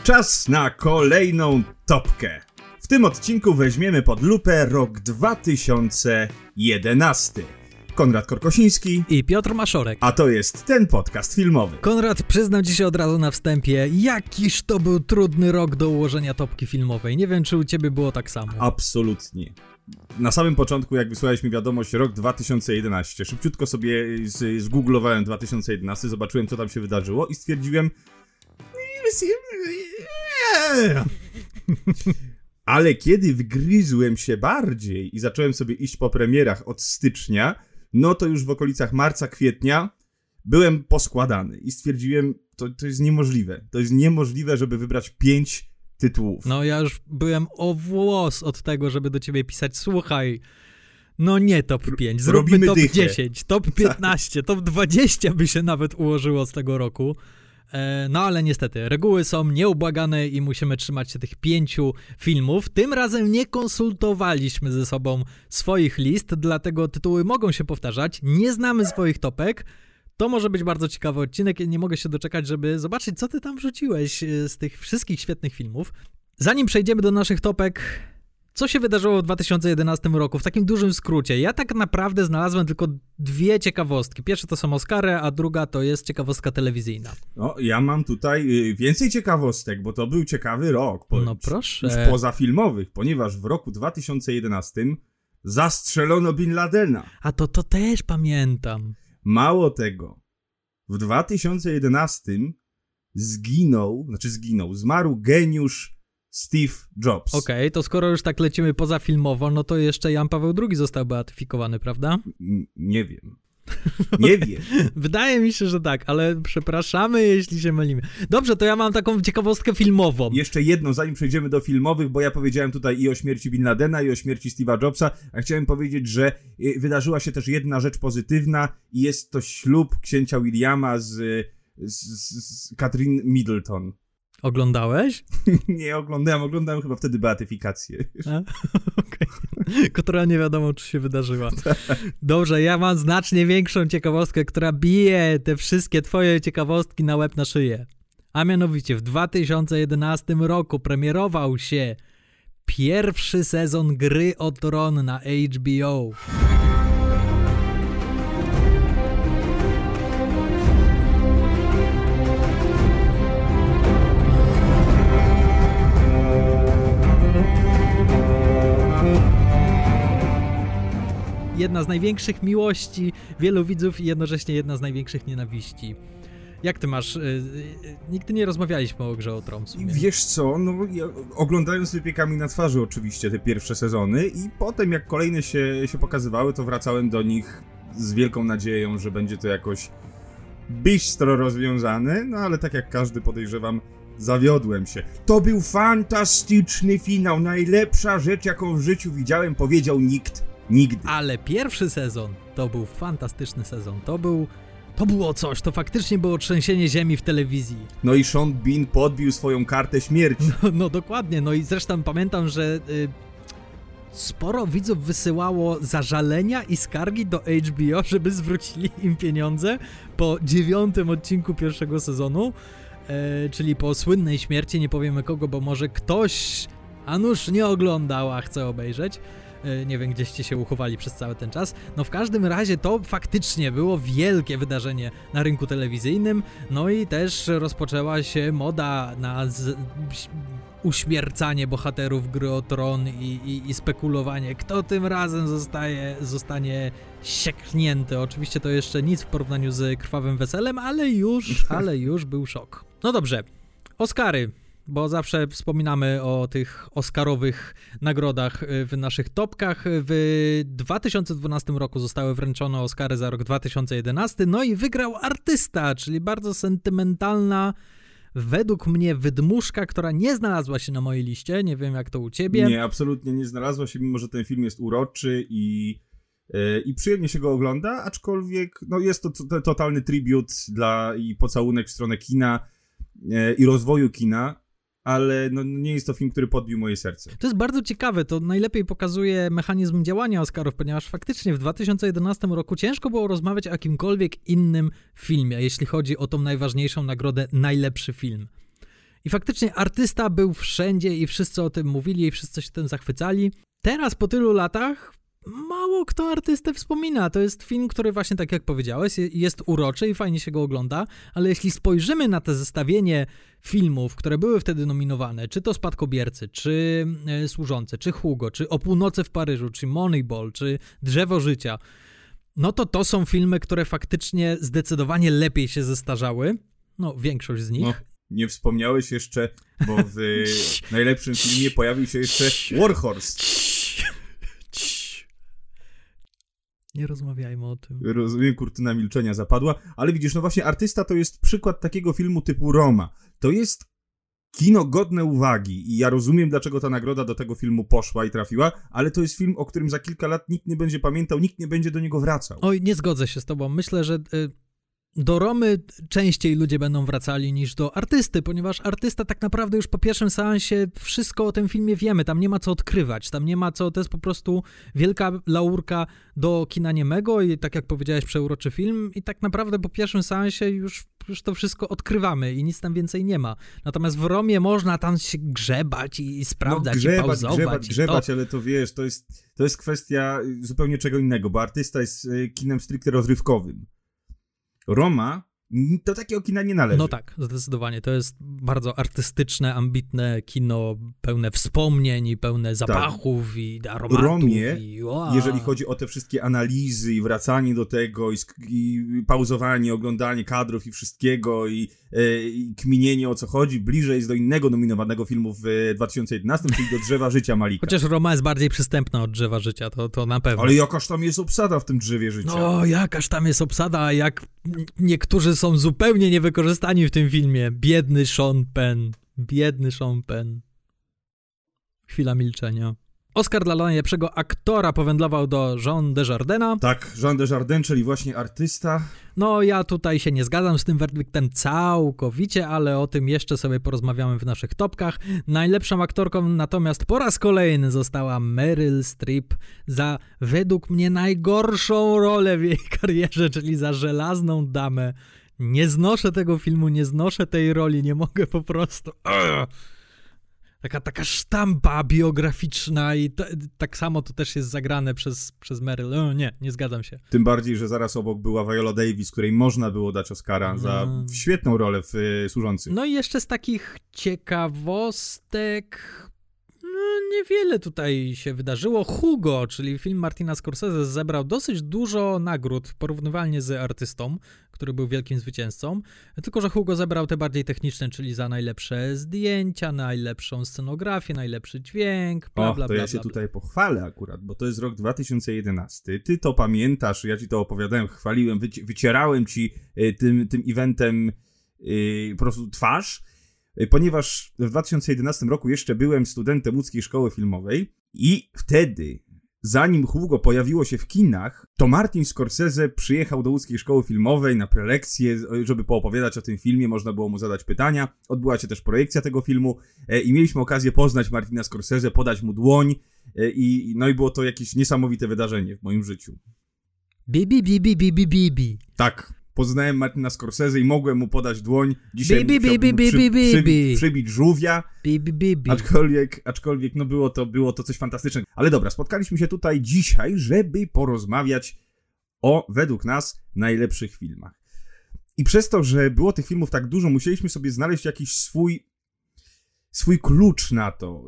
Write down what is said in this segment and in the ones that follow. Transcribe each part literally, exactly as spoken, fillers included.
Czas na kolejną topkę. W tym odcinku weźmiemy pod lupę rok dwa tysiące jedenasty. Konrad Korkosiński i Piotr Maszorek. A to jest ten podcast filmowy. Konrad, przyznam ci się od razu na wstępie, jakiż to był trudny rok do ułożenia topki filmowej. Nie wiem, czy u ciebie było tak samo. Absolutnie. Na samym początku, jak wysłałeś mi wiadomość, rok dwa tysiące jedenasty, szybciutko sobie z, zgooglowałem dwa tysiące jedenasty, zobaczyłem, co tam się wydarzyło i stwierdziłem... Ale kiedy wgryzłem się bardziej i zacząłem sobie iść po premierach od stycznia, no to już w okolicach marca, kwietnia byłem poskładany i stwierdziłem, to, to jest niemożliwe. To jest niemożliwe, żeby wybrać pięć tytułów. No ja już byłem o włos od tego, żeby do ciebie pisać, słuchaj, no nie top pięć, zróbmy Robimy top dychę. dziesięć, top piętnaście, top dwadzieścia by się nawet ułożyło z tego roku. No ale niestety, reguły są nieubłagane i musimy trzymać się tych pięciu filmów. Tym razem nie konsultowaliśmy ze sobą swoich list, dlatego tytuły mogą się powtarzać. Nie znamy swoich topek. To może być bardzo ciekawy odcinek i nie mogę się doczekać, żeby zobaczyć, co ty tam wrzuciłeś z tych wszystkich świetnych filmów. Zanim przejdziemy do naszych topek, co się wydarzyło w dwa tysiące jedenastym roku? W takim dużym skrócie. Ja tak naprawdę znalazłem tylko dwie ciekawostki. Pierwsza to są Oscary, a druga to jest ciekawostka telewizyjna. No, ja mam tutaj więcej ciekawostek, bo to był ciekawy rok. Po, no proszę. Już pozafilmowych, ponieważ w roku dwa tysiące jedenastym zastrzelono Bin Ladena. A to to też pamiętam. Mało tego, w dwa tysiące jedenastym zginął, znaczy zginął, zmarł geniusz Steve Jobs. Okej, okay, to skoro już tak lecimy pozafilmowo, no to jeszcze Jan Paweł drugi został beatyfikowany, prawda? N- nie wiem. Nie wiem. Wydaje mi się, że tak, ale przepraszamy, jeśli się mylimy. Dobrze, to ja mam taką ciekawostkę filmową. Jeszcze jedno, zanim przejdziemy do filmowych, bo ja powiedziałem tutaj i o śmierci Bin Ladena, i o śmierci Steve'a Jobsa, a chciałem powiedzieć, że wydarzyła się też jedna rzecz pozytywna i jest to ślub księcia Williama z, z, z Catherine Middleton. Oglądałeś? Nie oglądałem, oglądałem chyba wtedy beatyfikację. Okej, okay. Która nie wiadomo, czy się wydarzyła. Dobrze, ja mam znacznie większą ciekawostkę, która bije te wszystkie twoje ciekawostki na łeb na szyję. A mianowicie w dwa tysiące jedenastym roku premierował się pierwszy sezon Gry o Tron na H B O. Jedna z największych miłości wielu widzów i jednocześnie jedna z największych nienawiści. Jak ty masz? Yy, yy, nigdy nie rozmawialiśmy o Grze o Tron w sumie. Wiesz co, no ja oglądałem z wypiekami na twarzy oczywiście te pierwsze sezony i potem jak kolejne się, się pokazywały, to wracałem do nich z wielką nadzieją, że będzie to jakoś bystro rozwiązane, no ale tak jak każdy, podejrzewam, zawiodłem się. To był fantastyczny finał, najlepsza rzecz, jaką w życiu widziałem, powiedział nikt. Nigdy. Ale pierwszy sezon to był fantastyczny sezon. To był, to było coś, to faktycznie było trzęsienie ziemi w telewizji. No i Sean Bean podbił swoją kartę śmierci. No, no dokładnie, no i zresztą pamiętam, że y, sporo widzów wysyłało zażalenia i skargi do H B O, żeby zwrócili im pieniądze po dziewiątym odcinku pierwszego sezonu, y, czyli po słynnej śmierci, nie powiemy kogo, bo może ktoś, a nuż nie oglądał, a chce obejrzeć. Nie wiem, gdzieście się uchowali przez cały ten czas. No w każdym razie to faktycznie było wielkie wydarzenie na rynku telewizyjnym. No i też rozpoczęła się moda na z... uśmiercanie bohaterów Gry o Tron i, i, i spekulowanie, kto tym razem zostaje, zostanie sieknięty. Oczywiście to jeszcze nic w porównaniu z Krwawym Weselem, ale już, ale już był szok. No dobrze, Oscary. Bo zawsze wspominamy o tych oscarowych nagrodach w naszych topkach. W dwa tysiące dwunastym roku zostały wręczone Oscary za rok dwa tysiące jedenasty, no i wygrał artysta, czyli bardzo sentymentalna, według mnie wydmuszka, która nie znalazła się na mojej liście. Nie wiem, jak to u ciebie. Nie, absolutnie nie znalazła się, mimo że ten film jest uroczy i, yy, i przyjemnie się go ogląda, aczkolwiek no, jest to, to totalny tribut dla i pocałunek w stronę kina yy, i rozwoju kina. Ale no, nie jest to film, który podbił moje serce. To jest bardzo ciekawe, to najlepiej pokazuje mechanizm działania Oscarów, ponieważ faktycznie w dwa tysiące jedenastym roku ciężko było rozmawiać o jakimkolwiek innym filmie, jeśli chodzi o tą najważniejszą nagrodę najlepszy film. I faktycznie artysta był wszędzie i wszyscy o tym mówili i wszyscy się tym zachwycali. Teraz po tylu latach mało kto artystę wspomina. To jest film, który właśnie tak jak powiedziałeś, jest uroczy i fajnie się go ogląda, ale jeśli spojrzymy na te zestawienie filmów, które były wtedy nominowane, czy to Spadkobiercy, czy e, Służący, czy Hugo, czy O północy w Paryżu, czy Moneyball, czy Drzewo życia, no to to są filmy, które faktycznie zdecydowanie lepiej się zestarzały. No, większość z nich. No, nie wspomniałeś jeszcze, bo w najlepszym filmie pojawił się jeszcze Warhorse. Nie rozmawiajmy o tym. Rozumiem, kurtyna milczenia zapadła, ale widzisz, no właśnie Artysta to jest przykład takiego filmu typu Roma. To jest kino godne uwagi i ja rozumiem, dlaczego ta nagroda do tego filmu poszła i trafiła, ale to jest film, o którym za kilka lat nikt nie będzie pamiętał, nikt nie będzie do niego wracał. Oj, nie zgodzę się z tobą. Myślę, że y, do Romy częściej ludzie będą wracali niż do Artysty, ponieważ Artysta tak naprawdę już po pierwszym seansie wszystko o tym filmie wiemy, tam nie ma co odkrywać, tam nie ma co, to jest po prostu wielka laurka do kina niemego i tak jak powiedziałeś, przeuroczy film i tak naprawdę po pierwszym seansie już, już to wszystko odkrywamy i nic tam więcej nie ma. Natomiast w Romie można tam się grzebać i sprawdzać, no, grzebać, i pauzować. Grzebać, i grzebać, to... ale to wiesz, to jest, to jest kwestia zupełnie czego innego, bo Artysta jest kinem stricte rozrywkowym. Roma do takiego kina nie należy. No tak, zdecydowanie. To jest bardzo artystyczne, ambitne kino, pełne wspomnień i pełne zapachów tak. i aromatów. Romie, i, wow. jeżeli chodzi o te wszystkie analizy i wracanie do tego i, sk- i pauzowanie, oglądanie kadrów i wszystkiego i, e, i kminienie o co chodzi, bliżej jest do innego nominowanego filmu w dwa tysiące jedenastym, czyli do Drzewa życia Malika. Chociaż Roma jest bardziej przystępna od Drzewa życia, to, to na pewno. Ale jakaż tam jest obsada w tym Drzewie życia. No, jakaż tam jest obsada, a jak niektórzy są zupełnie niewykorzystani w tym filmie. Biedny Sean Penn. Biedny Sean Penn. Chwila milczenia. Oscar dla najlepszego aktora powędrował do Jean Desjardins. Tak, Jean Desjardins, czyli właśnie Artysta. No, ja tutaj się nie zgadzam z tym werdyktem całkowicie, ale o tym jeszcze sobie porozmawiamy w naszych topkach. Najlepszą aktorką natomiast po raz kolejny została Meryl Streep za według mnie najgorszą rolę w jej karierze, czyli za Żelazną Damę. Nie znoszę tego filmu, nie znoszę tej roli, nie mogę po prostu... Ugh. Taka, taka sztampa biograficzna i to, tak samo to też jest zagrane przez, przez Meryl. O, nie, nie zgadzam się. Tym bardziej, że zaraz obok była Viola Davis, której można było dać Oscara no. za świetną rolę w y, Służących. No i jeszcze z takich ciekawostek... No, niewiele tutaj się wydarzyło. Hugo, czyli film Martina Scorsese, zebrał dosyć dużo nagród, porównywalnie z Artystą, który był wielkim zwycięzcą. Tylko że Hugo zebrał te bardziej techniczne, czyli za najlepsze zdjęcia, najlepszą scenografię, najlepszy dźwięk, bla, bla, bla. O, to ja się tutaj pochwalę akurat, bo to jest rok dwa tysiące jedenasty. Ty to pamiętasz, ja ci to opowiadałem, chwaliłem, wyci- wycierałem ci y, tym, tym eventem y, po prostu twarz. Ponieważ w dwa tysiące jedenastym roku jeszcze byłem studentem łódzkiej szkoły filmowej i wtedy, zanim Hugo pojawiło się w kinach, to Martin Scorsese przyjechał do łódzkiej szkoły filmowej na prelekcję, żeby poopowiadać o tym filmie, można było mu zadać pytania. Odbyła się też projekcja tego filmu i mieliśmy okazję poznać Martina Scorsese, podać mu dłoń i no i było to jakieś niesamowite wydarzenie w moim życiu. Bibi, bibi, bibi, bibi. Tak. Poznałem Martina Scorsese i mogłem mu podać dłoń. Dzisiaj bi, bi, bi, bi, przy, bi, przybić, bi. przybić żółwia. Bi, bi, bi, bi. Aczkolwiek, aczkolwiek no było to, było to coś fantastycznego. Ale dobra, spotkaliśmy się tutaj dzisiaj, żeby porozmawiać o, według nas, najlepszych filmach. I przez to, że było tych filmów tak dużo, musieliśmy sobie znaleźć jakiś swój, swój klucz na to.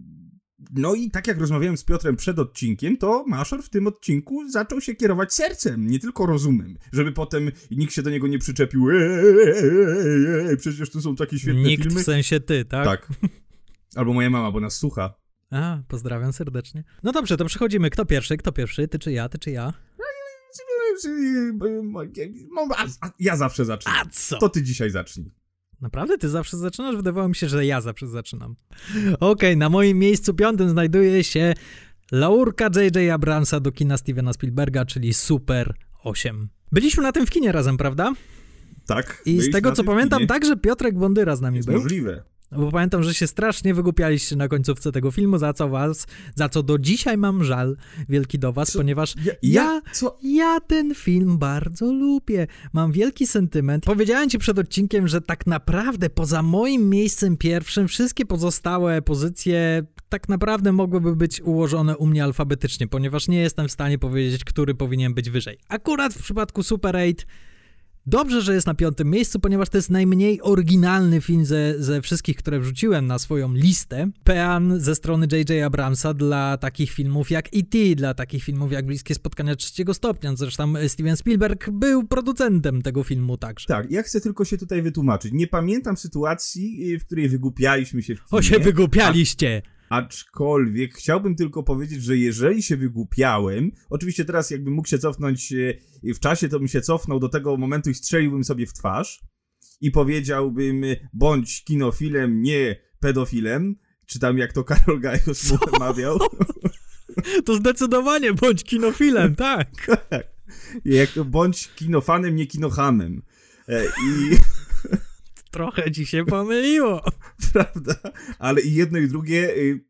No i tak jak rozmawiałem z Piotrem przed odcinkiem, to Maszor w tym odcinku zaczął się kierować sercem, nie tylko rozumem, żeby potem nikt się do niego nie przyczepił, eee, przecież tu są takie świetne nikt filmy. Nikt w sensie ty, tak? Tak. Albo moja mama, bo nas słucha. A, pozdrawiam serdecznie. No dobrze, to przechodzimy. Kto pierwszy? Kto pierwszy? Ty czy ja? Ty czy ja? Ja zawsze zacznę. A co? To ty dzisiaj zacznij. Naprawdę? Ty zawsze zaczynasz? Wydawało mi się, że ja zawsze zaczynam. Okej, okay, na moim miejscu piątym znajduje się laurka J J Abramsa do kina Stevena Spielberga, czyli Super osiem. Byliśmy na tym w kinie razem, prawda? Tak. I z tego, co pamiętam, także Piotrek Bondyra z nami jest był. Możliwe. Bo pamiętam, że się strasznie wygłupialiście na końcówce tego filmu, za co was, za co do dzisiaj mam żal wielki do was, co? Ponieważ ja, ja, co? ja ten film bardzo lubię. Mam wielki sentyment. Powiedziałem ci przed odcinkiem, że tak naprawdę poza moim miejscem pierwszym wszystkie pozostałe pozycje tak naprawdę mogłyby być ułożone u mnie alfabetycznie, ponieważ nie jestem w stanie powiedzieć, który powinien być wyżej. Akurat w przypadku Super osiem dobrze, że jest na piątym miejscu, ponieważ to jest najmniej oryginalny film ze, ze wszystkich, które wrzuciłem na swoją listę. Pean ze strony J J Abramsa dla takich filmów jak E T, dla takich filmów jak Bliskie Spotkania Trzeciego Stopnia. Zresztą Steven Spielberg był producentem tego filmu także. Tak, ja chcę tylko się tutaj wytłumaczyć. Nie pamiętam sytuacji, w której wygłupialiśmy się w filmie. O, się wygłupialiście! A... Aczkolwiek chciałbym tylko powiedzieć, że jeżeli się wygłupiałem, oczywiście teraz jakbym mógł się cofnąć w czasie, to bym się cofnął do tego momentu i strzeliłbym sobie w twarz i powiedziałbym, bądź kinofilem, nie pedofilem, czy tam jak to Karol Gajos mawiał. To zdecydowanie bądź kinofilem, tak. Jak to bądź kinofanem, nie kinohamem. I... Trochę ci się pomyliło. Prawda? Ale i jedno i drugie y,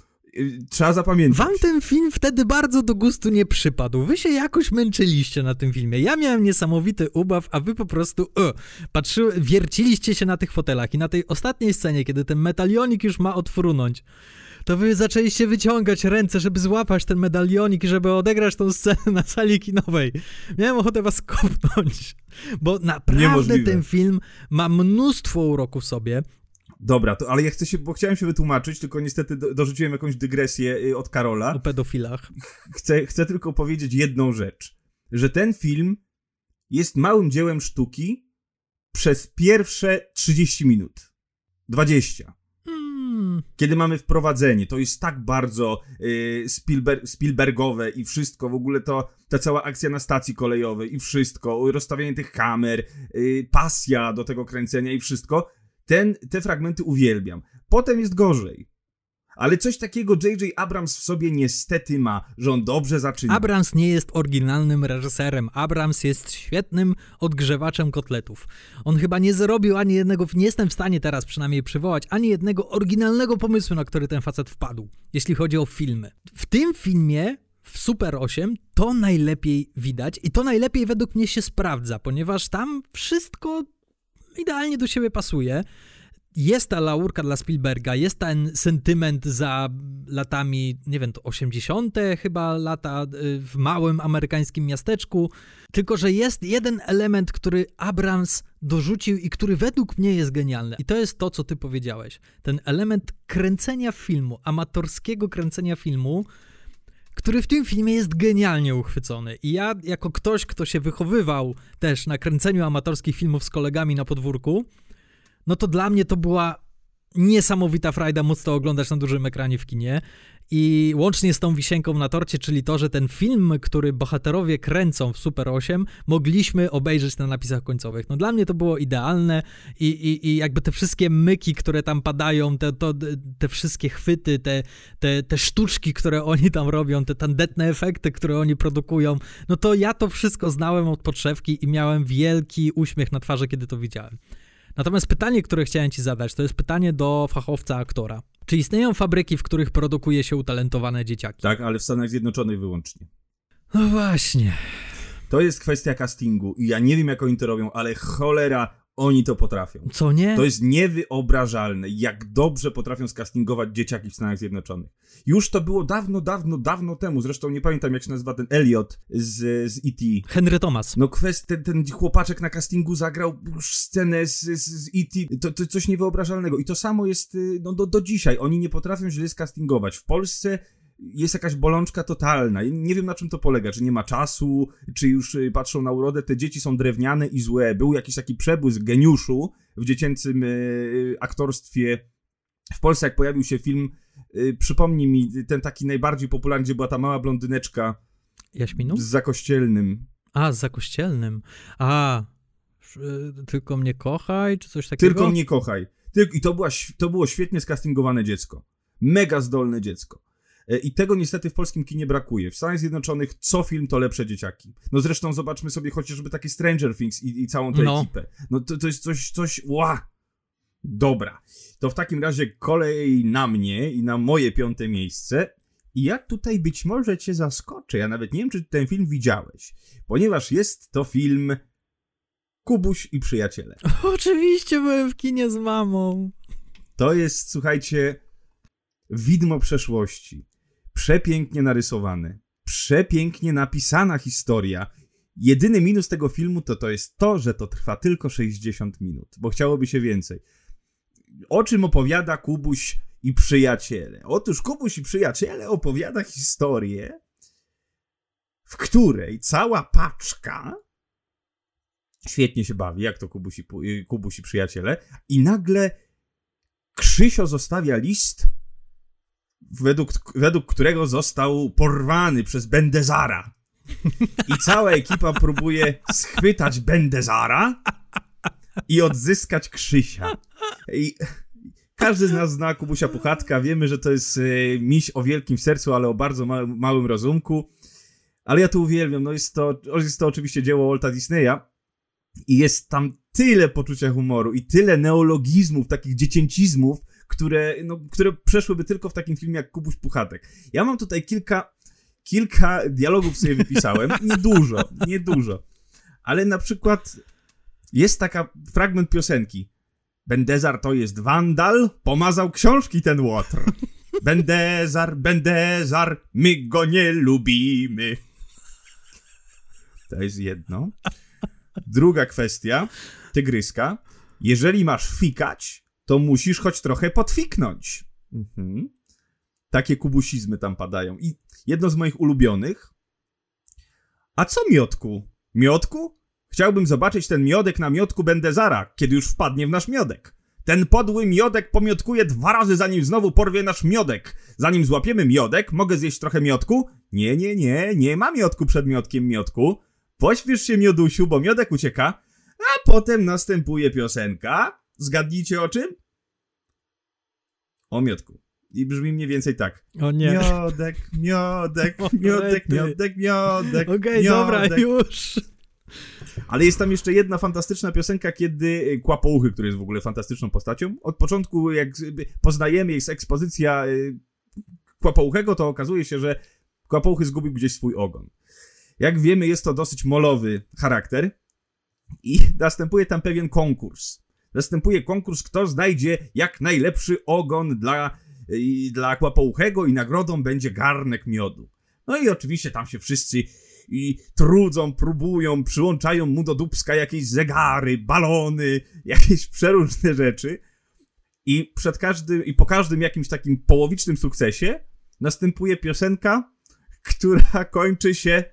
y, trzeba zapamiętać. Wam ten film wtedy bardzo do gustu nie przypadł. Wy się jakoś męczyliście na tym filmie. Ja miałem niesamowity ubaw, a wy po prostu uh, patrzyły, wierciliście się na tych fotelach i na tej ostatniej scenie, kiedy ten medalionik już ma odfrunąć, to wy zaczęliście wyciągać ręce, żeby złapać ten medalionik i żeby odegrać tą scenę na sali kinowej. Miałem ochotę was kopnąć, bo naprawdę Niemożliwe. Ten film ma mnóstwo uroku w sobie. Dobra, to, ale ja chcę się, bo chciałem się wytłumaczyć, tylko niestety do, dorzuciłem jakąś dygresję od Karola. O pedofilach. Chcę, chcę tylko powiedzieć jedną rzecz, że ten film jest małym dziełem sztuki przez pierwsze trzydzieści minut. dwadzieścia. Kiedy mamy wprowadzenie, to jest tak bardzo y, Spielberg, Spielbergowe i wszystko, w ogóle to ta cała akcja na stacji kolejowej i wszystko, rozstawienie tych kamer, y, pasja do tego kręcenia i wszystko, ten, te fragmenty uwielbiam. Potem jest gorzej. Ale coś takiego J J Abrams w sobie niestety ma, że on dobrze zaczyna. Abrams nie jest oryginalnym reżyserem. Abrams jest świetnym odgrzewaczem kotletów. On chyba nie zrobił ani jednego, nie jestem w stanie teraz przynajmniej przywołać, ani jednego oryginalnego pomysłu, na który ten facet wpadł, jeśli chodzi o filmy. W tym filmie, w Super osiem, to najlepiej widać i to najlepiej według mnie się sprawdza, ponieważ tam wszystko idealnie do siebie pasuje. Jest ta laurka dla Spielberga, jest ten sentyment za latami, nie wiem, to osiemdziesiąte chyba lata w małym amerykańskim miasteczku, tylko że jest jeden element, który Abrams dorzucił i który według mnie jest genialny. I to jest to, co ty powiedziałeś. Ten element kręcenia filmu, amatorskiego kręcenia filmu, który w tym filmie jest genialnie uchwycony. I ja, jako ktoś, kto się wychowywał też na kręceniu amatorskich filmów z kolegami na podwórku, no to dla mnie to była niesamowita frajda móc to oglądać na dużym ekranie w kinie i łącznie z tą wisienką na torcie, czyli to, że ten film, który bohaterowie kręcą w Super osiem, mogliśmy obejrzeć na napisach końcowych. No dla mnie to było idealne i, i, i jakby te wszystkie myki, które tam padają, te, to, te wszystkie chwyty, te, te, te sztuczki, które oni tam robią, te tandetne efekty, które oni produkują, no to ja to wszystko znałem od podszewki i miałem wielki uśmiech na twarzy, kiedy to widziałem. Natomiast pytanie, które chciałem ci zadać, to jest pytanie do fachowca aktora. Czy istnieją fabryki, w których produkuje się utalentowane dzieciaki? Tak, ale w Stanach Zjednoczonych wyłącznie. No właśnie. To jest kwestia castingu i ja nie wiem, jak oni to robią, ale cholera, oni to potrafią. Co nie? To jest niewyobrażalne, jak dobrze potrafią skastingować dzieciaki w Stanach Zjednoczonych. Już to było dawno, dawno, dawno temu. Zresztą nie pamiętam, jak się nazywa ten Elliot z, z E T. Henry Thomas. No kwest, ten, ten chłopaczek na castingu zagrał już scenę z, z, z E T. To, to coś niewyobrażalnego. I to samo jest no, do, do dzisiaj. Oni nie potrafią źle skastingować. W Polsce jest jakaś bolączka totalna. Nie wiem, na czym to polega. Czy nie ma czasu, czy już patrzą na urodę. Te dzieci są drewniane i złe. Był jakiś taki przebłysk geniuszu w dziecięcym y, aktorstwie. W Polsce, jak pojawił się film, y, przypomnij mi, ten taki najbardziej popularny, gdzie była ta mała blondyneczka Jaśminu? z Zakościelnym. A, z Zakościelnym. A, y, tylko mnie kochaj, czy coś takiego? Tylko mnie kochaj. Tyl- I to, była, to było świetnie skastingowane dziecko. Mega zdolne dziecko. I tego niestety w polskim kinie brakuje. W Stanach Zjednoczonych co film to lepsze dzieciaki. No zresztą zobaczmy sobie chociażby takie Stranger Things i, i całą tę no. ekipę. No to, to jest coś, coś, ła! Dobra, to w takim razie kolej na mnie i na moje piąte miejsce. I ja tutaj być może cię zaskoczę, ja nawet nie wiem, czy ten film widziałeś, ponieważ jest to film Kubuś i przyjaciele. Oczywiście byłem w kinie z mamą. To jest, słuchajcie, widmo przeszłości. Przepięknie narysowane, przepięknie napisana historia. Jedyny minus tego filmu to to jest to, że to trwa tylko sześćdziesiąt minut, bo chciałoby się więcej. O czym opowiada Kubuś i przyjaciele? Otóż Kubuś i przyjaciele opowiada historię, w której cała paczka świetnie się bawi, jak to Kubuś i, Kubuś i przyjaciele, i nagle Krzysio zostawia list, według, według którego został porwany przez Bendezara. I cała ekipa próbuje schwytać Bendezara i odzyskać Krzysia. I każdy z nas zna Kubusia Puchatka, wiemy, że to jest y, miś o wielkim sercu, ale o bardzo ma- małym rozumku. Ale ja to uwielbiam, no jest to, jest to oczywiście dzieło Walta Disneya i jest tam tyle poczucia humoru i tyle neologizmów, takich dziecięcizmów, które, no, które przeszłyby tylko w takim filmie jak Kubuś Puchatek. Ja mam tutaj kilka, kilka dialogów sobie wypisałem, niedużo, niedużo, ale na przykład jest taka fragment piosenki. Bendezar to jest wandal, pomazał książki ten łotr. Bendezar, Bendezar, my go nie lubimy. To jest jedno. Druga kwestia, tygryska. Jeżeli masz fikać, to musisz choć trochę podfiknąć. Mhm. Takie kubusizmy tam padają. I jedno z moich ulubionych. A co miodku? Miodku? Chciałbym zobaczyć ten miodek na miodku Bendezara, kiedy już wpadnie w nasz miodek. Ten podły miodek pomiotkuje dwa razy, zanim znowu porwie nasz miodek. Zanim złapiemy miodek, mogę zjeść trochę miodku? Nie, nie, nie, nie ma miodku przed miodkiem, miodku. Pośpiesz się, miodusiu, bo miodek ucieka. A potem następuje piosenka. Zgadnijcie o czym? O miodku. I brzmi mniej więcej tak. O nie. Miodek, miodek, miodek, miodek, miodek. Okej, okay, dobra, już. Ale jest tam jeszcze jedna fantastyczna piosenka, kiedy Kłapouchy, który jest w ogóle fantastyczną postacią, od początku jak poznajemy, jest ekspozycja Kłapouchego, to okazuje się, że Kłapouchy zgubił gdzieś swój ogon. Jak wiemy, jest to dosyć molowy charakter i następuje tam pewien konkurs. Następuje konkurs, kto znajdzie jak najlepszy ogon dla, dla Kłapouchego i nagrodą będzie garnek miodu. No i oczywiście tam się wszyscy i trudzą, próbują, przyłączają mu do dupska jakieś zegary, balony, jakieś przeróżne rzeczy. I przed każdym, i po każdym jakimś takim połowicznym sukcesie następuje piosenka, która kończy się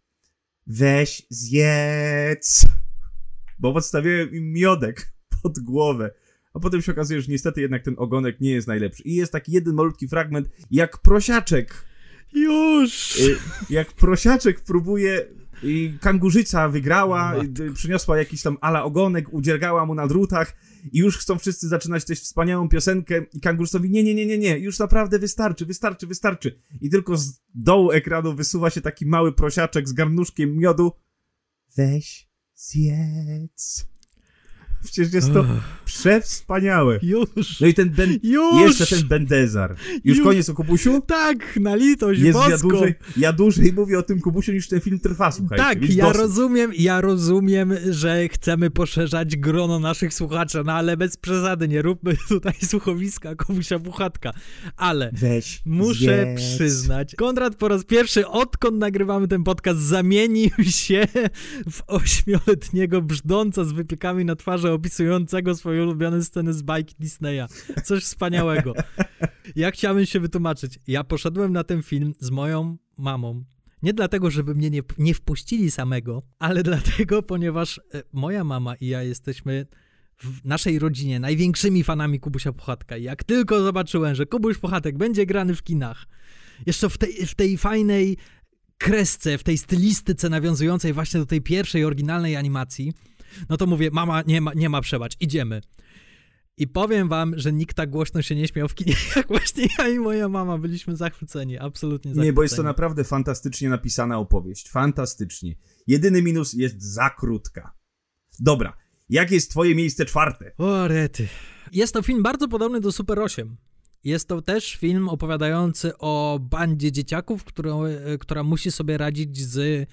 weź zjedz, bo podstawiłem im miodek pod głowę. A potem się okazuje, że niestety jednak ten ogonek nie jest najlepszy. I jest taki jeden malutki fragment, jak prosiaczek. Już! Jak prosiaczek próbuje, i kangurzyca wygrała, i przyniosła jakiś tam ala ogonek, udziergała mu na drutach i już chcą wszyscy zaczynać tę wspaniałą piosenkę i kangursowi nie, nie, nie, nie, nie, już naprawdę wystarczy, wystarczy, wystarczy. I tylko z dołu ekranu wysuwa się taki mały prosiaczek z garnuszkiem miodu. Weź, zjedz. Przecież jest to przewspaniałe. Już. No i ten ben... Już. Jeszcze ten Bendezar. Już, Już koniec o Kubusiu? Tak, na litość jest, boską. Ja dłużej, ja dłużej mówię o tym Kubusiu niż ten film trwa, słuchajcie. Tak, Więc ja dosyć. rozumiem, ja rozumiem, że chcemy poszerzać grono naszych słuchaczy, no ale bez przesady, nie róbmy tutaj słuchowiska Kubusia Puchatka. Ale Weź, muszę zjedz. przyznać, Konrad po raz pierwszy, odkąd nagrywamy ten podcast, zamienił się w ośmioletniego brzdąca z wypiekami na twarzy, opisującego swoje ulubione sceny z bajki Disneya. Coś wspaniałego. Ja chciałbym się wytłumaczyć. Ja poszedłem na ten film z moją mamą. Nie dlatego, żeby mnie nie, nie wpuścili samego, ale dlatego, ponieważ moja mama i ja jesteśmy w naszej rodzinie największymi fanami Kubusia Puchatka. I jak tylko zobaczyłem, że Kubuś Puchatek będzie grany w kinach, jeszcze w tej, w tej fajnej kresce, w tej stylistyce nawiązującej właśnie do tej pierwszej, oryginalnej animacji, no to mówię, mama, nie ma, nie ma przebacz, idziemy. I powiem wam, że nikt tak głośno się nie śmiał w kinie, jak właśnie ja i moja mama. Byliśmy zachwyceni, absolutnie zachwyceni. Nie, bo jest to naprawdę fantastycznie napisana opowieść. Fantastycznie. Jedyny minus jest za krótka. Dobra, Jakie jest twoje miejsce czwarte? O, rety. Jest to film bardzo podobny do Super osiem. Jest to też film opowiadający o bandzie dzieciaków, którą, która musi sobie radzić z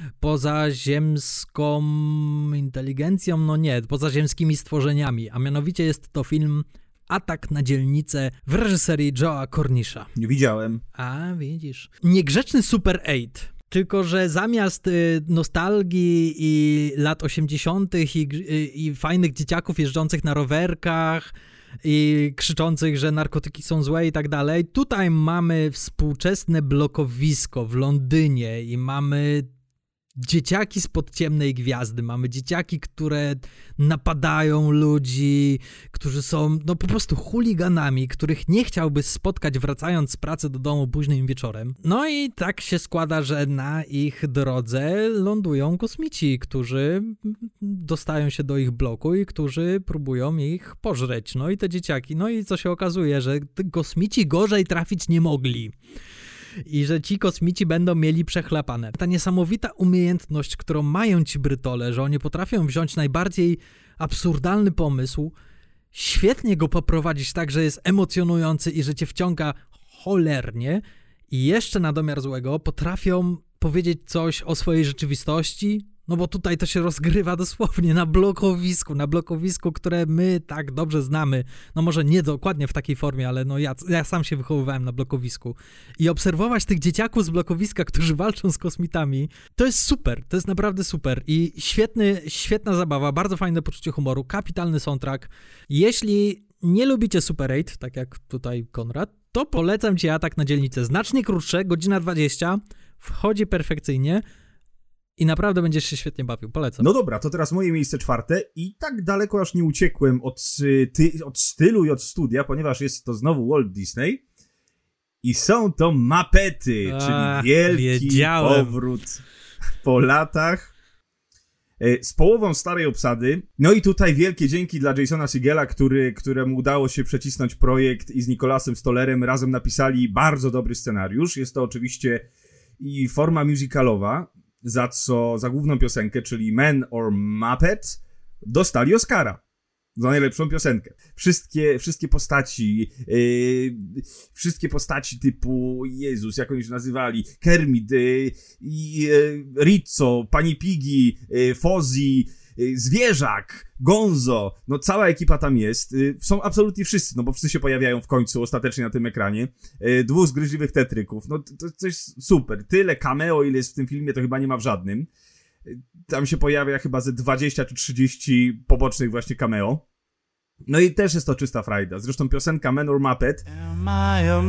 pozaziemską inteligencją, no nie, pozaziemskimi stworzeniami, a mianowicie jest to film Atak na dzielnicę w reżyserii Joe'a Cornisha. Nie widziałem. A, widzisz. Niegrzeczny Super osiem. Tylko że zamiast y, nostalgii i lat osiemdziesiątych i, i, i fajnych dzieciaków jeżdżących na rowerkach i krzyczących, że narkotyki są złe i tak dalej, tutaj mamy współczesne blokowisko w Londynie i mamy dzieciaki spod ciemnej gwiazdy, mamy dzieciaki, które napadają ludzi, którzy są no po prostu chuliganami, których nie chciałby spotkać wracając z pracy do domu późnym wieczorem. No i tak się składa, że na ich drodze lądują kosmici, którzy dostają się do ich bloku i którzy próbują ich pożreć. No i te dzieciaki, no i co się okazuje, że te kosmici gorzej trafić nie mogli. I że ci kosmici będą mieli przechlapane. Ta niesamowita umiejętność, którą mają ci Brytole, że oni potrafią wziąć najbardziej absurdalny pomysł, świetnie go poprowadzić tak, że jest emocjonujący i że cię wciąga cholernie i jeszcze na domiar złego potrafią powiedzieć coś o swojej rzeczywistości, no bo tutaj to się rozgrywa dosłownie na blokowisku, na blokowisku, które my tak dobrze znamy. No może nie dokładnie w takiej formie, ale no ja, ja sam się wychowywałem na blokowisku. I obserwować tych dzieciaków z blokowiska, którzy walczą z kosmitami, to jest super, to jest naprawdę super. I świetny, świetna zabawa, bardzo fajne poczucie humoru, kapitalny soundtrack. Jeśli nie lubicie Super osiem, tak jak tutaj Konrad, to polecam ci Atak na dzielnicę. Znacznie krótsze, godzina dwadzieścia, wchodzi perfekcyjnie. I naprawdę będziesz się świetnie bawił, polecam. No dobra, to teraz moje miejsce czwarte i tak daleko aż nie uciekłem od, ty, od stylu i od studia, ponieważ jest to znowu Walt Disney i są to Muppety, A, czyli wielki wiedziałem. powrót po latach z połową starej obsady. No i tutaj wielkie dzięki dla Jasona Segela, który, któremu udało się przecisnąć projekt i z Nicolasem Stollerem razem napisali bardzo dobry scenariusz. Jest to oczywiście i forma musicalowa, za co, za główną piosenkę, czyli Man or Muppet, dostali Oscara za najlepszą piosenkę. Wszystkie, wszystkie postaci, yy, wszystkie postaci typu, Jezus, jak oni się nazywali, Kermit, yy, yy, Rizzo, Pani Piggy, yy, Fozzie, yy, Zwierzak, Gonzo, no cała ekipa tam jest. Yy, są absolutnie wszyscy, no bo wszyscy się pojawiają w końcu ostatecznie na tym ekranie. Yy, dwóch zgryźliwych tetryków, no to, to coś super. Tyle cameo, ile jest w tym filmie, to chyba nie ma w żadnym. Tam się pojawia chyba ze dwadzieścia czy trzydzieści pobocznych właśnie cameo. No i też jest to czysta frajda. Zresztą piosenka Man or Muppet. Am I a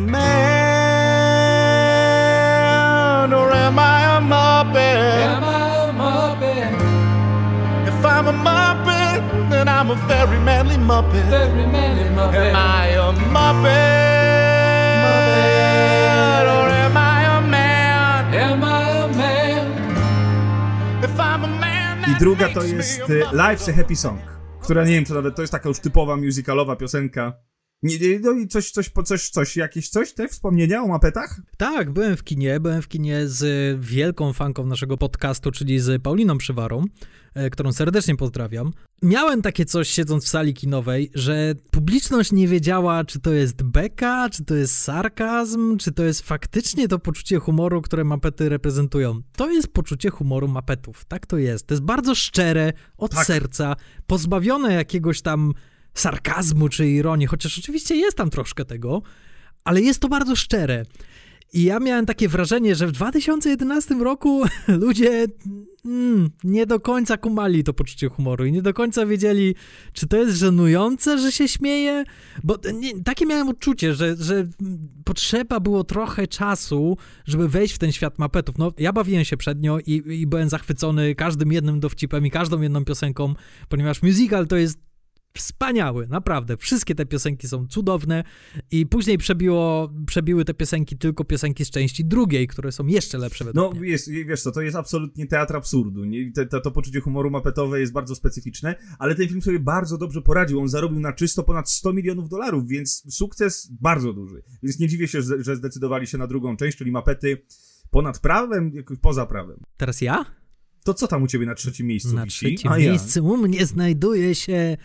man or am I a Muppet? Am I a Muppet? If I'm a Muppet, then I'm a very manly Muppet. Very manly Muppet. Am I a Muppet? Muppet? Or am I a man? Am I a man? If I'm a man, I druga to jest Life's a Happy Song, która nie wiem, czy nawet to jest taka już typowa musicalowa piosenka. Nie, nie, no i coś, coś, coś, coś, jakieś coś, te wspomnienia o Muppetach? Tak, byłem w kinie, byłem w kinie z wielką fanką naszego podcastu, czyli z Pauliną Przywarą, którą serdecznie pozdrawiam. Miałem takie coś, siedząc w sali kinowej, że publiczność nie wiedziała, czy to jest beka, czy to jest sarkazm, czy to jest faktycznie to poczucie humoru, które Muppety reprezentują. To jest poczucie humoru Muppetów, tak to jest. To jest bardzo szczere, od tak. serca, pozbawione jakiegoś tam sarkazmu czy ironii, chociaż oczywiście jest tam troszkę tego, ale jest to bardzo szczere. I ja miałem takie wrażenie, że w dwa tysiące jedenastym roku ludzie mm, nie do końca kumali to poczucie humoru i nie do końca wiedzieli, czy to jest żenujące, że się śmieje, bo nie, takie miałem odczucie, że, że potrzeba było trochę czasu, żeby wejść w ten świat Muppetów. No, ja bawiłem się przednio i, i byłem zachwycony każdym jednym dowcipem i każdą jedną piosenką, ponieważ musical to jest wspaniały, naprawdę. Wszystkie te piosenki są cudowne i później przebiło, przebiły te piosenki tylko piosenki z części drugiej, które są jeszcze lepsze według No mnie. Jest, wiesz co, to jest absolutnie teatr absurdu. Nie? Te, te, to poczucie humoru muppetowe jest bardzo specyficzne, ale ten film sobie bardzo dobrze poradził. On zarobił na czysto ponad sto milionów dolarów, więc sukces bardzo duży. Więc nie dziwię się, że, że zdecydowali się na drugą część, czyli Muppety ponad prawem, jakoś poza prawem. Teraz ja? To co tam u ciebie na trzecim miejscu Na wisi? trzecim A miejscu ja. u mnie znajduje się...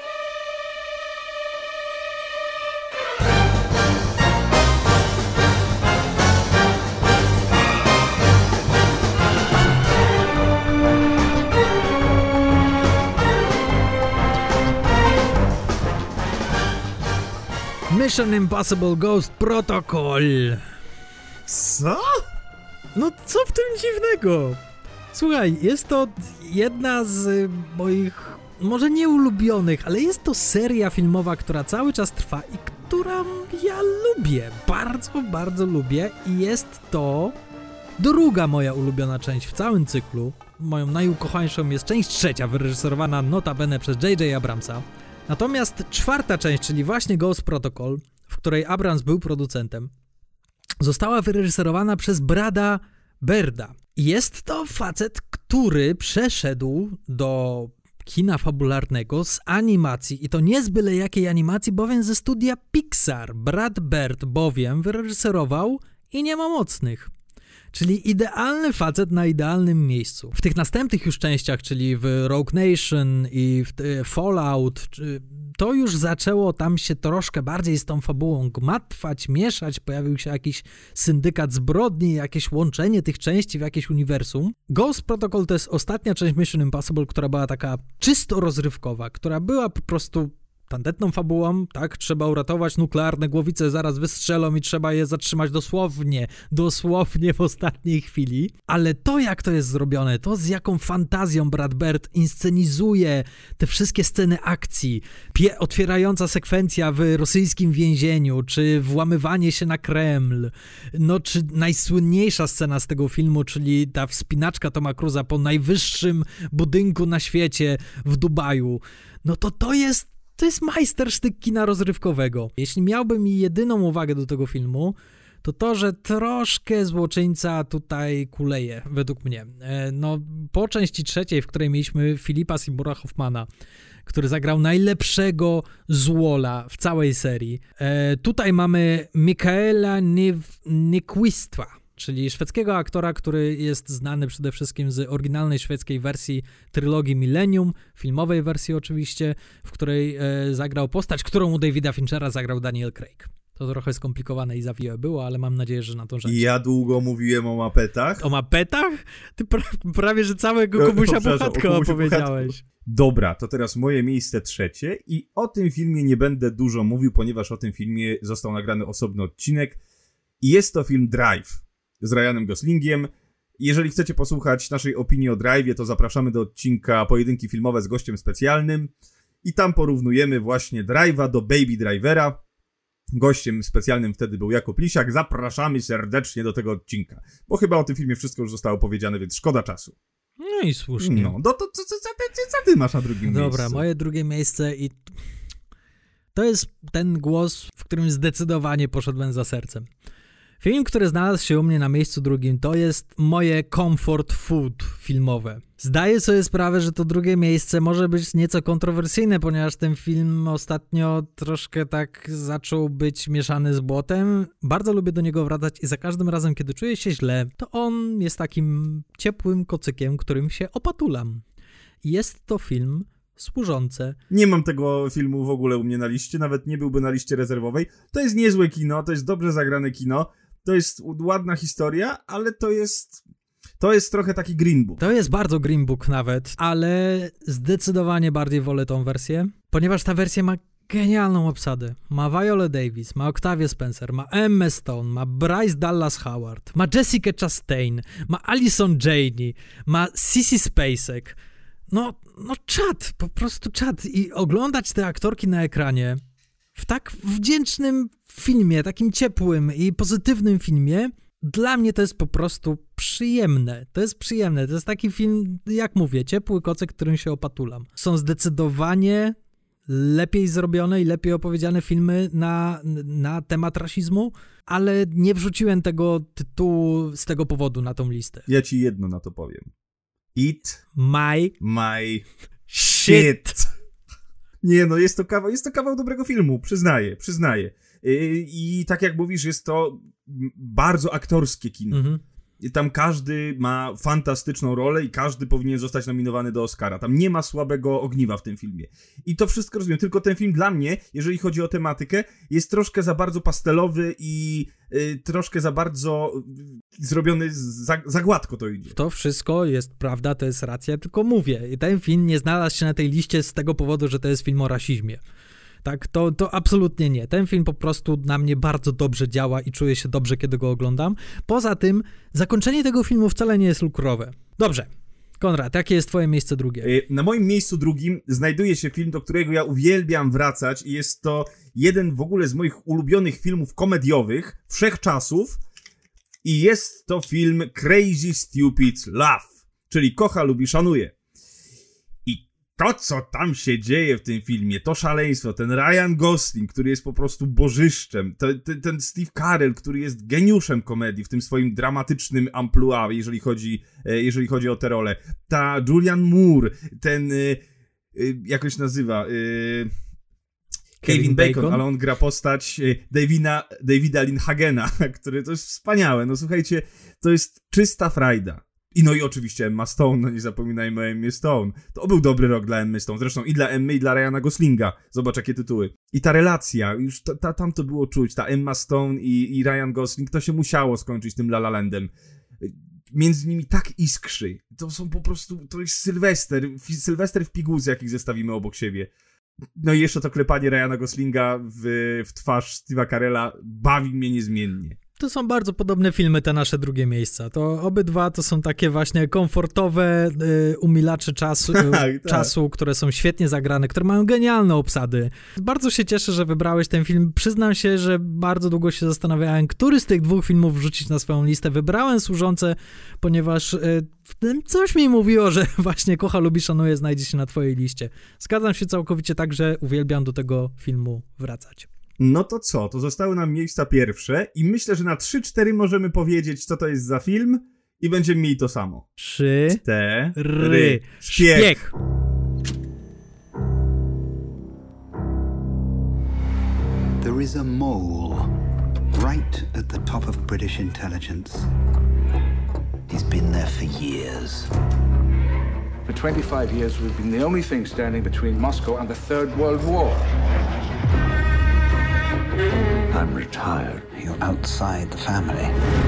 Mission Impossible Ghost Protocol. Co? No co w tym dziwnego? Słuchaj, jest to jedna z moich, może nie ulubionych, ale jest to seria filmowa, która cały czas trwa i którą ja lubię. Bardzo, bardzo lubię i jest to druga moja ulubiona część w całym cyklu. Moją najukochańszą jest część trzecia, wyreżyserowana notabene przez J J Abramsa. Natomiast czwarta część, czyli właśnie Ghost Protocol, w której Abrams był producentem, została wyreżyserowana przez Brada Birda. Jest to facet, który przeszedł do kina fabularnego z animacji i to nie z byle jakiej animacji, bowiem ze studia Pixar. Brad Bird bowiem wyreżyserował I nie ma mocnych. Czyli idealny facet na idealnym miejscu. W tych następnych już częściach, czyli w Rogue Nation i w Fallout, to już zaczęło tam się troszkę bardziej z tą fabułą gmatwać, mieszać, pojawił się jakiś syndykat zbrodni, jakieś łączenie tych części w jakieś uniwersum. Ghost Protocol to jest ostatnia część Mission Impossible, która była taka czysto rozrywkowa, która była po prostu tandetną fabułą, tak, trzeba uratować nuklearne głowice, zaraz wystrzelą i trzeba je zatrzymać dosłownie, dosłownie w ostatniej chwili, ale to jak to jest zrobione, to z jaką fantazją Brad Bird inscenizuje te wszystkie sceny akcji, pie- otwierająca sekwencja w rosyjskim więzieniu, czy włamywanie się na Kreml, no czy najsłynniejsza scena z tego filmu, czyli ta wspinaczka Toma Cruza po najwyższym budynku na świecie w Dubaju, no to to jest To jest majstersztyk kina rozrywkowego. Jeśli miałbym jedyną uwagę do tego filmu, to to, że troszkę złoczyńca tutaj kuleje, według mnie. No, po części trzeciej, w której mieliśmy Philippa Seymoura Hoffmana, który zagrał najlepszego złola w całej serii. Tutaj mamy Mikaela Nyqvista, czyli szwedzkiego aktora, który jest znany przede wszystkim z oryginalnej szwedzkiej wersji trylogii Millennium, filmowej wersji oczywiście, w której e, zagrał postać, którą u Davida Finchera zagrał Daniel Craig. To trochę skomplikowane i zawiłe było, ale mam nadzieję, że na to rzecz. Ja długo mówiłem o mapetach. O mapetach? Ty pra- prawie, że całego Kubusia no, Puchatko opowiedziałeś. Puchatku. Dobra, to teraz moje miejsce trzecie i o tym filmie nie będę dużo mówił, ponieważ o tym filmie został nagrany osobny odcinek i jest to film Drive z Ryanem Goslingiem. Jeżeli chcecie posłuchać naszej opinii o Drive'ie, to zapraszamy do odcinka Pojedynki filmowe z gościem specjalnym i tam porównujemy właśnie Drive'a do Baby Drivera. Gościem specjalnym wtedy był Jakub Lisiak. Zapraszamy serdecznie do tego odcinka, bo chyba o tym filmie wszystko już zostało powiedziane, więc szkoda czasu. No i słusznie. No, to, to co, co, co, co ty masz na drugim Dobra, miejscu? Dobra, moje drugie miejsce i to jest ten głos, w którym zdecydowanie poszedłem za sercem. Film, który znalazł się u mnie na miejscu drugim, to jest moje comfort food filmowe. Zdaję sobie sprawę, że to drugie miejsce może być nieco kontrowersyjne, ponieważ ten film ostatnio troszkę tak zaczął być mieszany z błotem. Bardzo lubię do niego wracać i za każdym razem, kiedy czuję się źle, to on jest takim ciepłym kocykiem, którym się opatulam. Jest to film Służące. Nie mam tego filmu w ogóle u mnie na liście, nawet nie byłby na liście rezerwowej. To jest niezłe kino, to jest dobrze zagrane kino. To jest ładna historia, ale to jest to jest trochę taki Green Book. To jest bardzo Green Book nawet, ale zdecydowanie bardziej wolę tą wersję, ponieważ ta wersja ma genialną obsadę. Ma Viola Davis, ma Octavia Spencer, ma Emma Stone, ma Bryce Dallas Howard, ma Jessica Chastain, ma Alison Janney, ma Sissy Spacek. No, no czad, po prostu czad. I oglądać te aktorki na ekranie w tak wdzięcznym filmie, takim ciepłym i pozytywnym filmie, dla mnie to jest po prostu przyjemne. To jest przyjemne. To jest taki film, jak mówię, ciepły kocek, którym się opatulam. Są zdecydowanie lepiej zrobione i lepiej opowiedziane filmy na, na temat rasizmu, ale nie wrzuciłem tego tytułu z tego powodu na tą listę. Ja ci jedno na to powiem. Eat my, my shit. shit. Nie, no jest to kawał, jest to kawał dobrego filmu, przyznaję, przyznaję. Yy, I tak jak mówisz, jest to bardzo aktorskie kino. Mhm. Tam każdy ma fantastyczną rolę i każdy powinien zostać nominowany do Oscara. Tam nie ma słabego ogniwa w tym filmie. I to wszystko rozumiem, tylko ten film dla mnie, jeżeli chodzi o tematykę, jest troszkę za bardzo pastelowy i y, troszkę za bardzo y, zrobiony za, za gładko to idzie. To wszystko jest prawda, to jest racja, tylko mówię, ten film nie znalazł się na tej liście z tego powodu, że to jest film o rasizmie. Tak, to, to absolutnie nie. Ten film po prostu na mnie bardzo dobrze działa i czuję się dobrze, kiedy go oglądam. Poza tym, zakończenie tego filmu wcale nie jest lukrowe. Dobrze. Konrad, jakie jest twoje miejsce drugie? Na moim miejscu drugim znajduje się film, do którego ja uwielbiam wracać i jest to jeden w ogóle z moich ulubionych filmów komediowych wszechczasów i jest to film Crazy Stupid Love, czyli Kocha, lubi, szanuje. To, co tam się dzieje w tym filmie, to szaleństwo, ten Ryan Gosling, który jest po prostu bożyszczem, to, ten, ten Steve Carell, który jest geniuszem komedii w tym swoim dramatycznym amplua, jeżeli chodzi, jeżeli chodzi o tę rolę, ta Julianne Moore, ten, jak on się nazywa, Kevin Bacon, Bacon, ale on gra postać Davina, Davida Lindhagena, który to jest wspaniałe, no słuchajcie, to jest czysta frajda. I no i oczywiście Emma Stone, no nie zapominajmy o Emmie Stone. To był dobry rok dla Emmy Stone, zresztą i dla Emmy, i dla Ryana Goslinga. Zobacz, jakie tytuły. I ta relacja, już ta, ta, tam to było czuć, ta Emma Stone i, i Ryan Gosling, to się musiało skończyć tym La La Landem. Między nimi tak iskrzy. To są po prostu, to jest Sylwester, Sylwester w pigułce, jak ich zestawimy obok siebie. No i jeszcze to klepanie Ryana Goslinga w, w twarz Steve'a Carella bawi mnie niezmiennie. To są bardzo podobne filmy, te nasze drugie miejsca. To obydwa to są takie właśnie komfortowe y, umilacze czasu, tak, tak. czasu, które są świetnie zagrane, które mają genialne obsady. Bardzo się cieszę, że wybrałeś ten film. Przyznam się, że bardzo długo się zastanawiałem, który z tych dwóch filmów wrzucić na swoją listę. Wybrałem Służące, ponieważ y, w tym coś mi mówiło, że właśnie Kocha, lubi, szanuje znajdzie się na twojej liście. Zgadzam się całkowicie tak, że uwielbiam do tego filmu wracać. No to co? To zostały nam miejsca pierwsze i myślę, że na trzy cztery możemy powiedzieć, co to jest za film i będziemy mieli to samo. Trzy, cztery. Szpieg. Szpieg. There is a mole right at the top of British intelligence. He's been there for years. For twenty-five years we've been the only thing standing between Moscow and the Third World War. I'm retired. You're outside the family.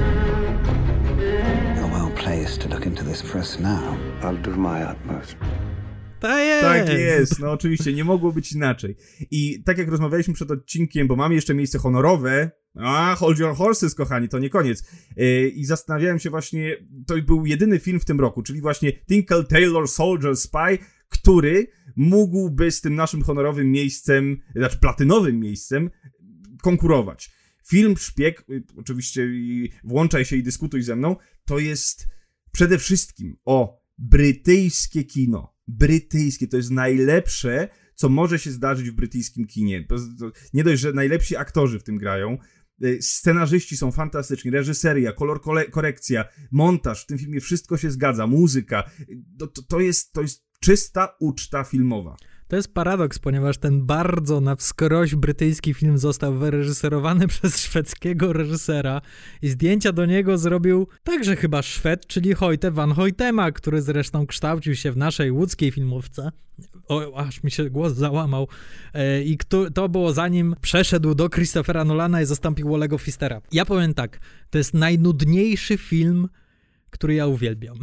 You're well placed to look into this for us now. I'll do my utmost. To jest. Tak jest, no oczywiście, nie mogło być inaczej. I tak jak rozmawialiśmy przed odcinkiem, bo mamy jeszcze miejsce honorowe, a hold your horses, kochani, to nie koniec. Yy, I zastanawiałem się właśnie, to był jedyny film w tym roku, czyli właśnie Tinker Tailor Soldier Spy, który mógłby z tym naszym honorowym miejscem, znaczy platynowym miejscem, konkurować. Film Szpieg, oczywiście włączaj się i dyskutuj ze mną, to jest przede wszystkim o brytyjskie kino. Brytyjskie, to jest najlepsze, co może się zdarzyć w brytyjskim kinie. Nie dość, że najlepsi aktorzy w tym grają, scenarzyści są fantastyczni, reżyseria, kolor korekcja, montaż, w tym filmie wszystko się zgadza, muzyka, to, to, to, jest, to jest czysta uczta filmowa. To jest paradoks, ponieważ ten bardzo na wskroś brytyjski film został wyreżyserowany przez szwedzkiego reżysera i zdjęcia do niego zrobił także chyba Szwed, czyli Hoyte van Hoytema, który zresztą kształcił się w naszej łódzkiej filmówce. O, aż mi się głos załamał. E, I kto, to było zanim przeszedł do Christophera Nolana i zastąpił Wallego Pfistera. Ja powiem tak, to jest najnudniejszy film, który ja uwielbiam.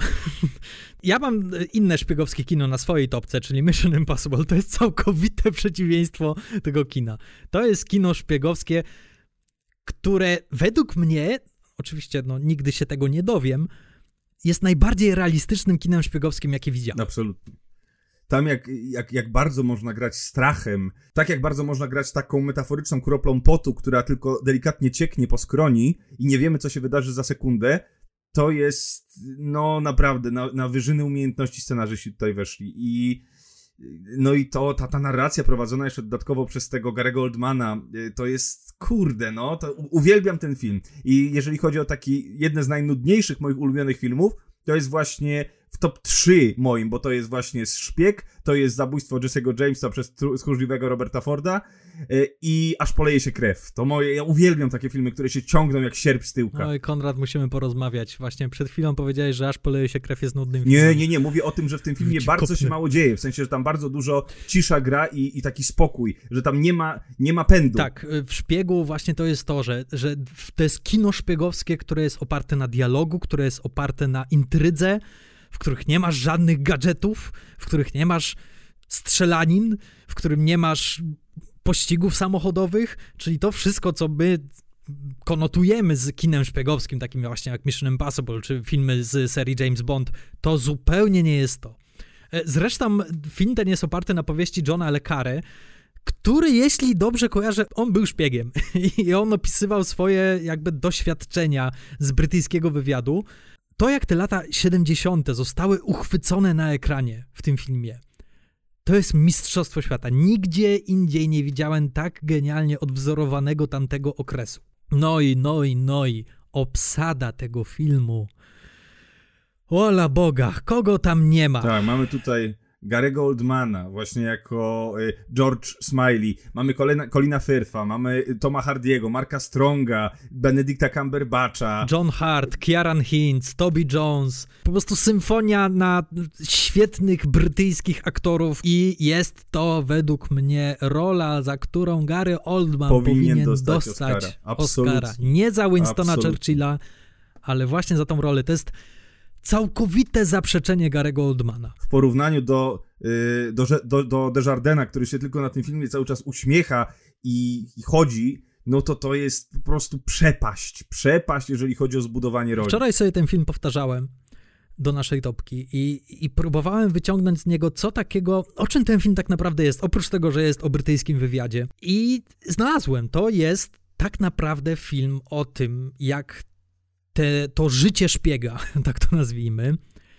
Ja mam inne szpiegowskie kino na swojej topce, czyli Mission Impossible. To jest całkowite przeciwieństwo tego kina. To jest kino szpiegowskie, które według mnie, oczywiście no, nigdy się tego nie dowiem, jest najbardziej realistycznym kinem szpiegowskim, jakie widziałem. Absolutnie. Tam jak, jak, jak bardzo można grać strachem, tak jak bardzo można grać taką metaforyczną kroplą potu, która tylko delikatnie cieknie po skroni i nie wiemy, co się wydarzy za sekundę, to jest, no naprawdę, na, na wyżyny umiejętności scenarzyści tutaj weszli. I no i to, ta, ta narracja prowadzona jeszcze dodatkowo przez tego Gary'ego Oldmana, to jest, kurde, no, to uwielbiam ten film. I jeżeli chodzi o taki, jedne z najnudniejszych moich ulubionych filmów, to jest właśnie w top trzy moim, bo to jest właśnie Szpieg, to jest Zabójstwo Jesse'ego Jamesa przez tchórzliwego Roberta Forda yy, i Aż poleje się krew. To moje, ja uwielbiam takie filmy, które się ciągną jak sierp z tyłka. No i Konrad, musimy porozmawiać. Właśnie przed chwilą powiedziałeś, że Aż poleje się krew jest nudnym filmem. Nie, nie, nie, mówię o tym, że w tym filmie bardzo kopnę. się mało dzieje, w sensie, że tam bardzo dużo cisza gra i, i taki spokój, że tam nie ma, nie ma pędu. Tak, w Szpiegu właśnie to jest to, że, że to jest kino szpiegowskie, które jest oparte na dialogu, które jest oparte na intrydze, w których nie masz żadnych gadżetów, w których nie masz strzelanin, w którym nie masz pościgów samochodowych, czyli to wszystko, co my konotujemy z kinem szpiegowskim, takim właśnie jak Mission Impossible, czy filmy z serii James Bond, to zupełnie nie jest to. Zresztą film ten jest oparty na powieści Johna le Carre, który, jeśli dobrze kojarzę, on był szpiegiem i on opisywał swoje jakby doświadczenia z brytyjskiego wywiadu. To, jak te lata siedemdziesiąte zostały uchwycone na ekranie w tym filmie, to jest mistrzostwo świata. Nigdzie indziej nie widziałem tak genialnie odwzorowanego tamtego okresu. No i, no i, no i obsada tego filmu. Ola Boga, kogo tam nie ma? Tak, mamy tutaj Gary'ego Oldmana, właśnie jako y, George Smiley, mamy Colina, Colina Firtha, mamy Toma Hardiego, Marka Stronga, Benedicta Cumberbatcha, John Hart, Ciaran Hinds, Toby Jones, po prostu symfonia na świetnych brytyjskich aktorów i jest to według mnie rola, za którą Gary Oldman powinien, powinien dostać, dostać Oscara. Oscara. Nie za Winstona Absolutnie. Churchilla, ale właśnie za tą rolę. To jest całkowite zaprzeczenie Gary'ego Oldmana. W porównaniu do, yy, do, do, do Desjardina, który się tylko na tym filmie cały czas uśmiecha i, i chodzi, no to to jest po prostu przepaść. Przepaść, jeżeli chodzi o zbudowanie roli. Wczoraj sobie ten film powtarzałem do naszej topki i, i próbowałem wyciągnąć z niego, co takiego, o czym ten film tak naprawdę jest, oprócz tego, że jest o brytyjskim wywiadzie. I znalazłem, to jest tak naprawdę film o tym, jak Te, to życie szpiega, tak to nazwijmy,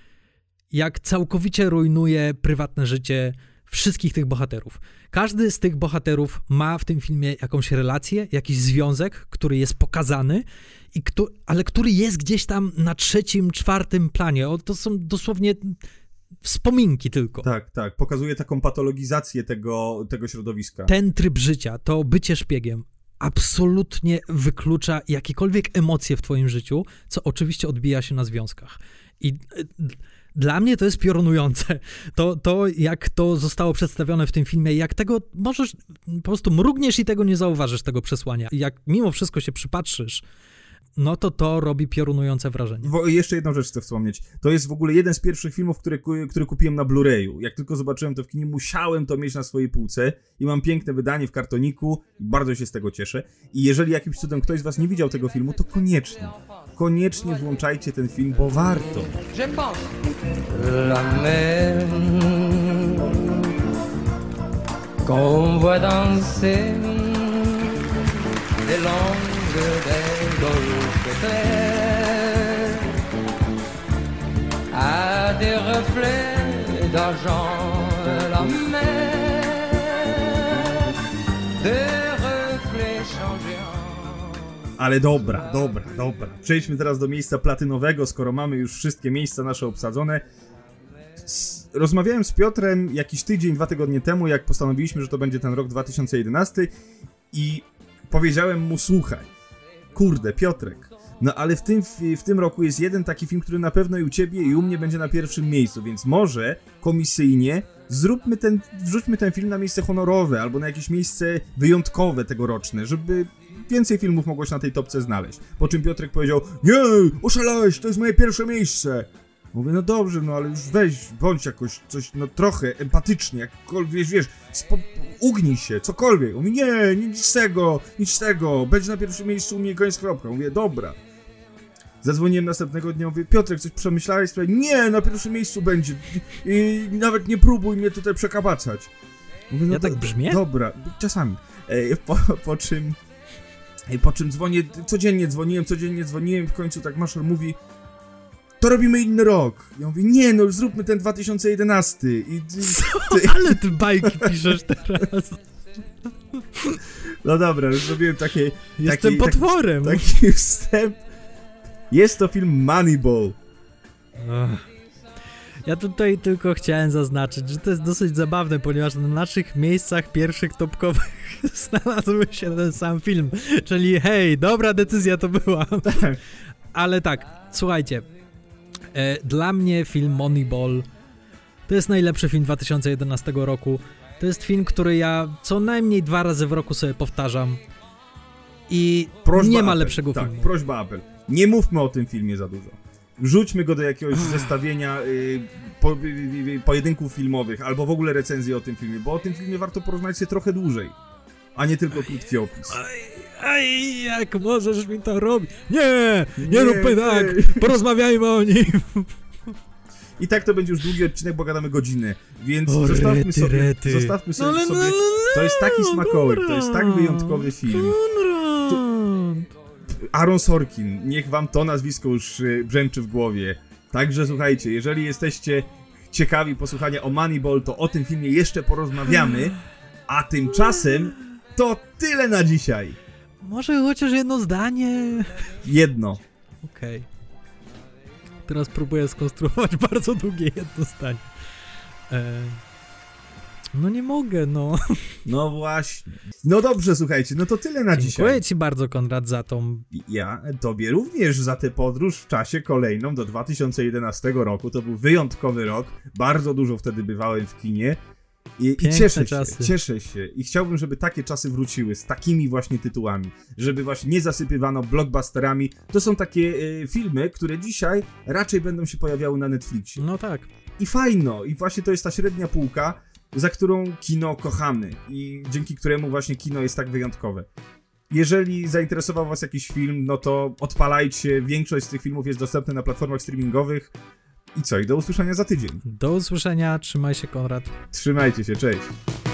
jak całkowicie rujnuje prywatne życie wszystkich tych bohaterów. Każdy z tych bohaterów ma w tym filmie jakąś relację, jakiś związek, który jest pokazany, i kto, ale który jest gdzieś tam na trzecim, czwartym planie. O, to są dosłownie wspominki tylko. Tak, tak. Pokazuje taką patologizację tego, tego środowiska. Ten tryb życia, to bycie szpiegiem, absolutnie wyklucza jakiekolwiek emocje w twoim życiu, co oczywiście odbija się na związkach. I dla mnie to jest piorunujące. To, to, jak to zostało przedstawione w tym filmie, jak tego możesz, po prostu mrugniesz i tego nie zauważysz, tego przesłania. Jak mimo wszystko się przypatrzysz, no to to robi piorunujące wrażenie. Bo jeszcze jedną rzecz chcę wspomnieć. To jest w ogóle jeden z pierwszych filmów, które, które kupiłem na Blu-rayu. Jak tylko zobaczyłem to w kinie, musiałem to mieć na swojej półce i mam piękne wydanie w kartoniku i bardzo się z tego cieszę. I jeżeli jakimś cudem ktoś z was nie widział tego filmu, to koniecznie, koniecznie włączajcie ten film, bo warto. La mer qu'on voit danser des longues des golfes clairs à des reflets d'argent la mer des reflets changeants. Ale dobra, dobra, dobra. Przejdźmy teraz do miejsca platynowego, skoro mamy już wszystkie miejsca nasze obsadzone. Rozmawiałem z Piotrem jakiś tydzień, dwa tygodnie temu, jak postanowiliśmy, że to będzie ten rok dwa tysiące jedenasty i powiedziałem mu, słuchaj, kurde, Piotrek, no ale w tym, w tym roku jest jeden taki film, który na pewno i u ciebie i u mnie będzie na pierwszym miejscu, więc może komisyjnie zróbmy ten, wrzućmy ten film na miejsce honorowe albo na jakieś miejsce wyjątkowe tegoroczne, żeby więcej filmów mogło się na tej topce znaleźć. Po czym Piotrek powiedział, nie, oszalałeś, to jest moje pierwsze miejsce. Mówię, no dobrze, no ale już weź, bądź jakoś coś, no trochę empatycznie, jakkolwiek, wiesz, wiesz, spo, ugnij się, cokolwiek. Mówi, nie, nic z tego, nic z tego, będzie na pierwszym miejscu u mnie, koniec, kropka. Mówię, dobra. Zadzwoniłem następnego dnia, mówię, Piotrek, coś przemyślałeś? Sprawie, nie, na pierwszym miejscu będzie i, i nawet nie próbuj mnie tutaj przekabacać. Mówię, no ja tak brzmię? Dobra, czasami. E, po, po czym, e, po czym dzwonię, codziennie dzwoniłem, codziennie dzwoniłem, w końcu tak Maszor mówi, to robimy inny rok. Ja mówię, nie no, zróbmy ten dwa tysiące jedenasty. I, Co? Ty... Ale ty bajki piszesz teraz. No dobra, już zrobiłem takie... Jestem taki, potworem. Taki, taki wstęp. Jest to film Moneyball. Ach. Ja tutaj tylko chciałem zaznaczyć, że to jest dosyć zabawne, ponieważ na naszych miejscach pierwszych topkowych znalazł się ten sam film. Czyli hej, dobra decyzja to była. Tak. Ale tak, słuchajcie. E, dla mnie film Moneyball to jest najlepszy film dwa tysiące jedenastego roku. To jest film, który ja co najmniej dwa razy w roku sobie powtarzam. I Prośba, nie ma apel. lepszego tak, filmu. prośba, apel. Nie mówmy o tym filmie za dużo. Wrzućmy go do jakiegoś zestawienia y, po, y, y, pojedynków filmowych, albo w ogóle recenzji o tym filmie, bo o tym filmie warto porozmawiać się trochę dłużej, a nie tylko krótki opis. Aj, jak możesz mi to robić? Nie, nie, Nie, róbmy tak, nie. porozmawiajmy o nim. I tak to będzie już długi odcinek, bo gadamy godzinę, więc O, zostawmy rety, sobie, rety. zostawmy sobie, No, ale- sobie no, ale- to jest taki no, smakołyk, to Konrad. jest tak wyjątkowy film. Konrad. Aaron Sorkin, niech wam to nazwisko już y, brzęczy w głowie. Także słuchajcie, jeżeli jesteście ciekawi posłuchania o Moneyball, to o tym filmie jeszcze porozmawiamy, a tymczasem to tyle na dzisiaj. Może chociaż jedno zdanie. Jedno. Okej. Teraz próbuję skonstruować bardzo długie jedno zdanie. E... No nie mogę, no. No właśnie. No dobrze, słuchajcie, no to tyle na dzisiaj. Dziękuję ci bardzo, Konrad, za tą... Ja tobie również za tę podróż w czasie kolejną do dwa tysiące jedenastego roku. To był wyjątkowy rok. Bardzo dużo wtedy bywałem w kinie. I, i Piękne cieszę czasy. się, cieszę się. I chciałbym, żeby takie czasy wróciły z takimi właśnie tytułami. Żeby właśnie nie zasypywano blockbusterami. To są takie y, filmy, które dzisiaj raczej będą się pojawiały na Netflixie. No tak. I fajno. I właśnie to jest ta średnia półka, za którą kino kochamy i dzięki któremu właśnie kino jest tak wyjątkowe. Jeżeli zainteresował was jakiś film, no to odpalajcie. Większość z tych filmów jest dostępna na platformach streamingowych. I co? I do usłyszenia za tydzień. Do usłyszenia, trzymaj się, Konrad. Trzymajcie się, cześć.